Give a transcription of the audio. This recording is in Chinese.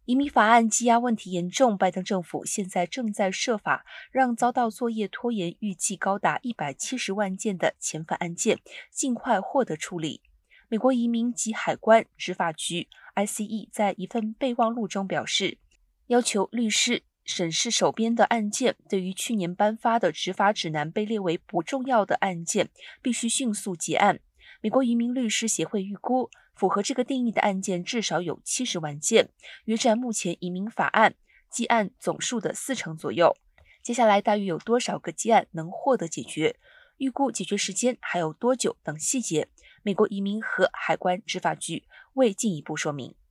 移民法案积压问题严重，拜登政府现在正在设法让遭到作业拖延、预计高达170万件的遣返案件尽快获得处理。美国移民及海关执法局 ICE 在一份备忘录中表示，要求律师审视手边的案件，对于去年颁发的执法指南被列为不重要的案件，必须迅速结案。美国移民律师协会预估，符合这个定义的案件至少有70万件，约占目前移民法案积案总数的40%左右。接下来大约有多少个积案能获得解决？预估解决时间还有多久等细节，美国移民和海关执法局未进一步说明。